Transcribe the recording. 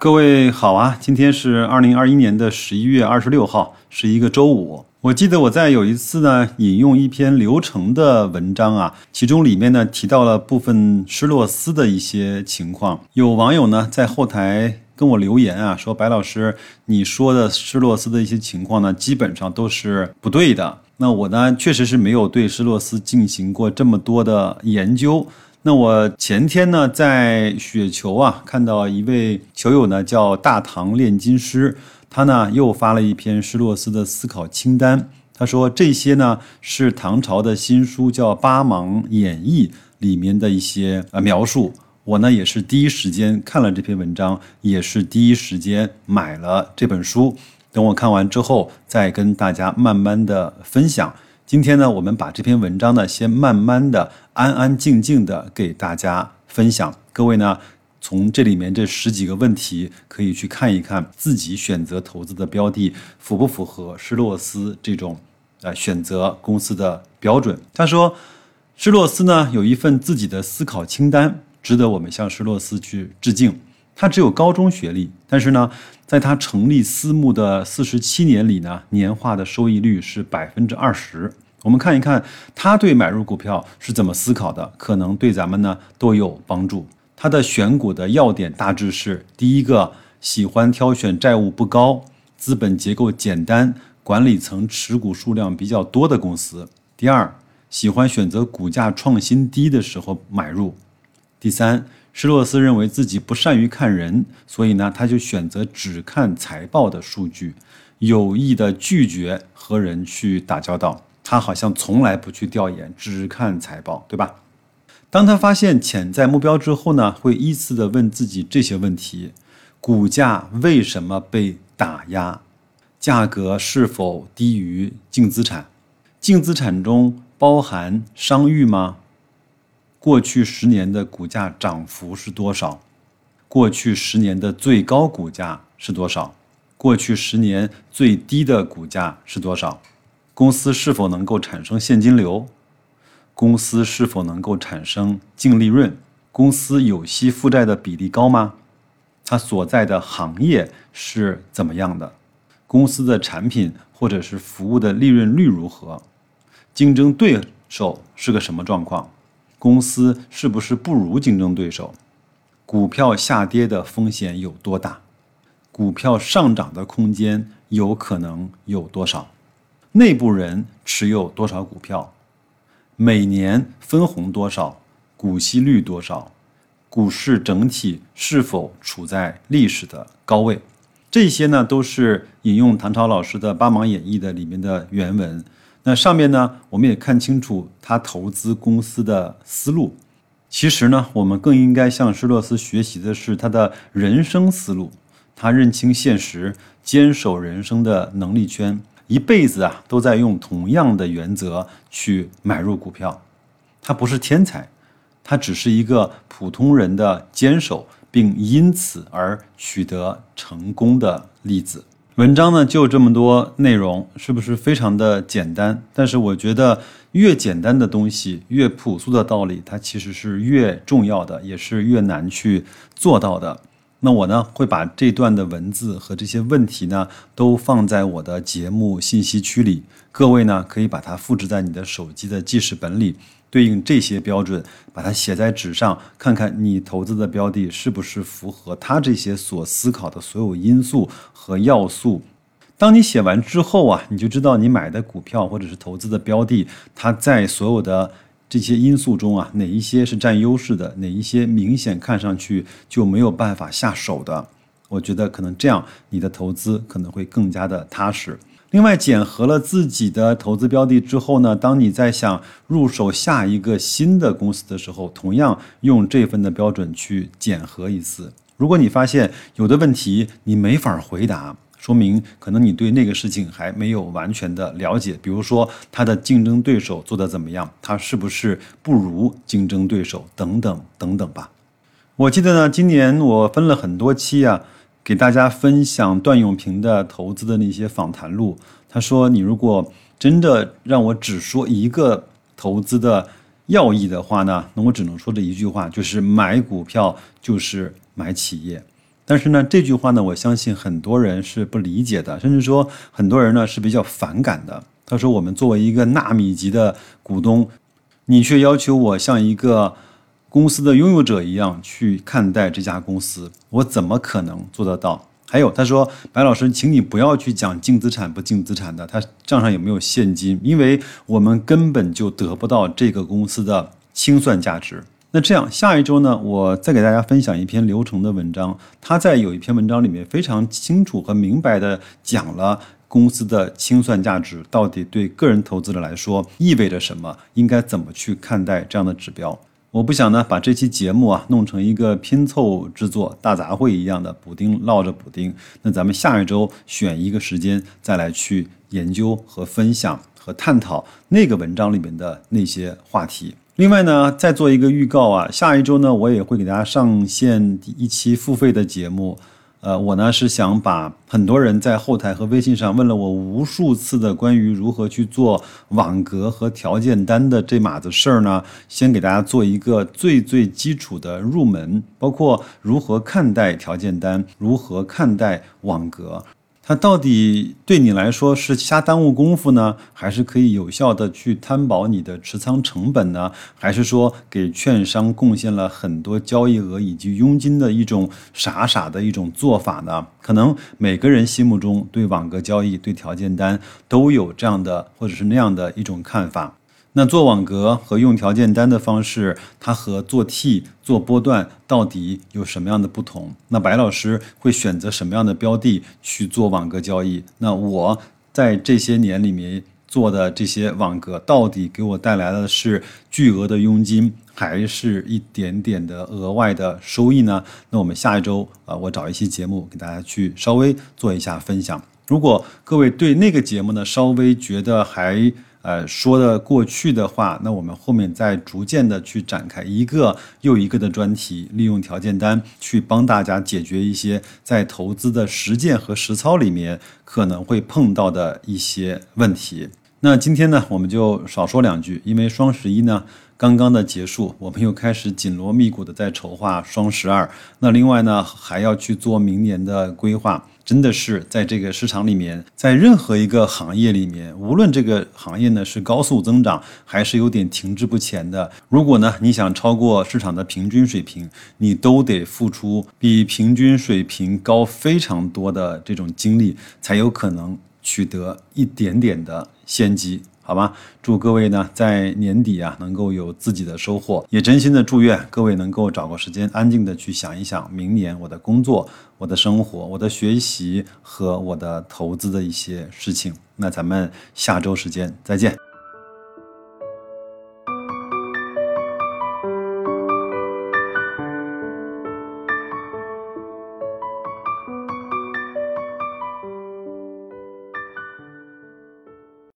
各位好啊，今天是2021年的11月26号，是一个周五。我记得我在有一次呢引用一篇刘成的文章啊，其中里面呢提到了部分施洛斯的一些情况。有网友呢在后台跟我留言啊，说白老师你说的施洛斯的一些情况呢基本上都是不对的。那我呢确实是没有对施洛斯进行过这么多的研究。那我前天呢在雪球啊看到一位球友呢叫大唐炼金师，他呢又发了一篇施洛斯的思考清单。他说这些呢是唐朝的新书叫《八芒演义》里面的一些描述。我呢也是第一时间看了这篇文章，也是第一时间买了这本书。等我看完之后再跟大家慢慢的分享。今天呢我们把这篇文章呢先慢慢的安安静静的给大家分享。各位呢从这里面这10几个问题可以去看一看自己选择投资的标的符不符合施洛斯这种选择公司的标准。他说施洛斯呢有一份自己的思考清单，值得我们向施洛斯去致敬。他只有高中学历，但是呢在他成立私募的47年里呢，年化的收益率是20%。我们看一看他对买入股票是怎么思考的，可能对咱们呢都有帮助。他的选股的要点大致是：第一个，喜欢挑选债务不高、资本结构简单、管理层持股数量比较多的公司；第二，喜欢选择股价创新低的时候买入；第三，施洛斯认为自己不善于看人，所以呢他就选择只看财报的数据，有意的拒绝和人去打交道。他好像从来不去调研，只看财报，对吧？当他发现潜在目标之后呢，会依次的问自己这些问题：股价为什么被打压？价格是否低于净资产？净资产中包含商誉吗？过去10年的股价涨幅是多少？过去10年的最高股价是多少？过去10年最低的股价是多少？公司是否能够产生现金流？公司是否能够产生净利润？公司有息负债的比例高吗？它所在的行业是怎么样的？公司的产品或者是服务的利润率如何？竞争对手是个什么状况？公司是不是不如竞争对手？股票下跌的风险有多大？股票上涨的空间有可能有多少？内部人持有多少股票？每年分红多少？股息率多少？股市整体是否处在历史的高位？这些呢都是引用唐朝老师的《八芒演义》的里面的原文。那上面呢我们也看清楚他投资公司的思路。其实呢我们更应该向施洛斯学习的是他的人生思路。他认清现实，坚守人生的能力圈，一辈子都在用同样的原则去买入股票。他不是天才，他只是一个普通人的坚守，并因此而取得成功的例子。文章呢就这么多内容，是不是非常的简单？但是我觉得越简单的东西，越朴素的道理，它其实是越重要的，也是越难去做到的。那我呢会把这段的文字和这些问题呢都放在我的节目信息区里，各位呢可以把它复制在你的手机的记事本里，对应这些标准把它写在纸上，看看你投资的标的是不是符合他这些所思考的所有因素和要素。当你写完之后你就知道你买的股票或者是投资的标的，它在所有的这些因素中哪一些是占优势的，哪一些明显看上去就没有办法下手的。我觉得可能这样你的投资可能会更加的踏实。另外检核了自己的投资标的之后呢，当你在想入手下一个新的公司的时候，同样用这份的标准去检核一次。如果你发现有的问题你没法回答，说明可能你对那个事情还没有完全的了解，比如说他的竞争对手做得怎么样，他是不是不如竞争对手等等等等吧。我记得呢今年我分了很多期给大家分享段永平的投资的那些访谈录。他说你如果真的让我只说一个投资的要义的话呢，那我只能说这一句话，就是买股票就是买企业。 但是呢，这句话呢，我相信很多人是不理解的，甚至说很多人呢是比较反感的。他说，我们作为一个纳米级的股东，你却要求我像一个公司的拥有者一样去看待这家公司，我怎么可能做得到？还有，他说，白老师，请你不要去讲净资产不净资产的，他账上有没有现金，因为我们根本就得不到这个公司的清算价值。那这样，下一周呢，我再给大家分享一篇流程的文章，他在有一篇文章里面非常清楚和明白的讲了公司的清算价值到底对个人投资者来说意味着什么，应该怎么去看待这样的指标。我不想呢把这期节目弄成一个拼凑制作大杂烩一样的补丁烙着补丁，那咱们下一周选一个时间再来去研究和分享和探讨那个文章里面的那些话题。另外呢，再做一个预告下一周呢，我也会给大家上线一期付费的节目。我呢是想把很多人在后台和微信上问了我无数次的关于如何去做网格和条件单的这码子事儿呢，先给大家做一个最基础的入门，包括如何看待条件单，如何看待网格。它到底对你来说是瞎耽误功夫呢，还是可以有效的去摊薄你的持仓成本呢？还是说给券商贡献了很多交易额以及佣金的一种傻的一种做法呢？可能每个人心目中对网格交易、对条件单都有这样的或者是那样的一种看法。那做网格和用条件单的方式，它和做 T 做波段到底有什么样的不同？那白老师会选择什么样的标的去做网格交易？那我在这些年里面做的这些网格，到底给我带来的是巨额的佣金，还是一点点的额外的收益呢？那我们下一周我找一期节目给大家去稍微做一下分享。如果各位对那个节目呢稍微觉得还说得过去的话，那我们后面再逐渐的去展开一个又一个的专题，利用条件单去帮大家解决一些在投资的实践和实操里面可能会碰到的一些问题。那今天呢，我们就少说两句，因为双11呢刚刚的结束，我们又开始紧锣密鼓的在筹划双12。那另外呢，还要去做明年的规划。真的是在这个市场里面，在任何一个行业里面，无论这个行业呢是高速增长还是有点停滞不前的，如果呢你想超过市场的平均水平，你都得付出比平均水平高非常多的这种精力，才有可能取得一点点的先机。好吧，祝各位呢在年底能够有自己的收获，也真心的祝愿各位能够找个时间安静的去想一想明年我的工作、我的生活、我的学习和我的投资的一些事情。那咱们下周时间再见。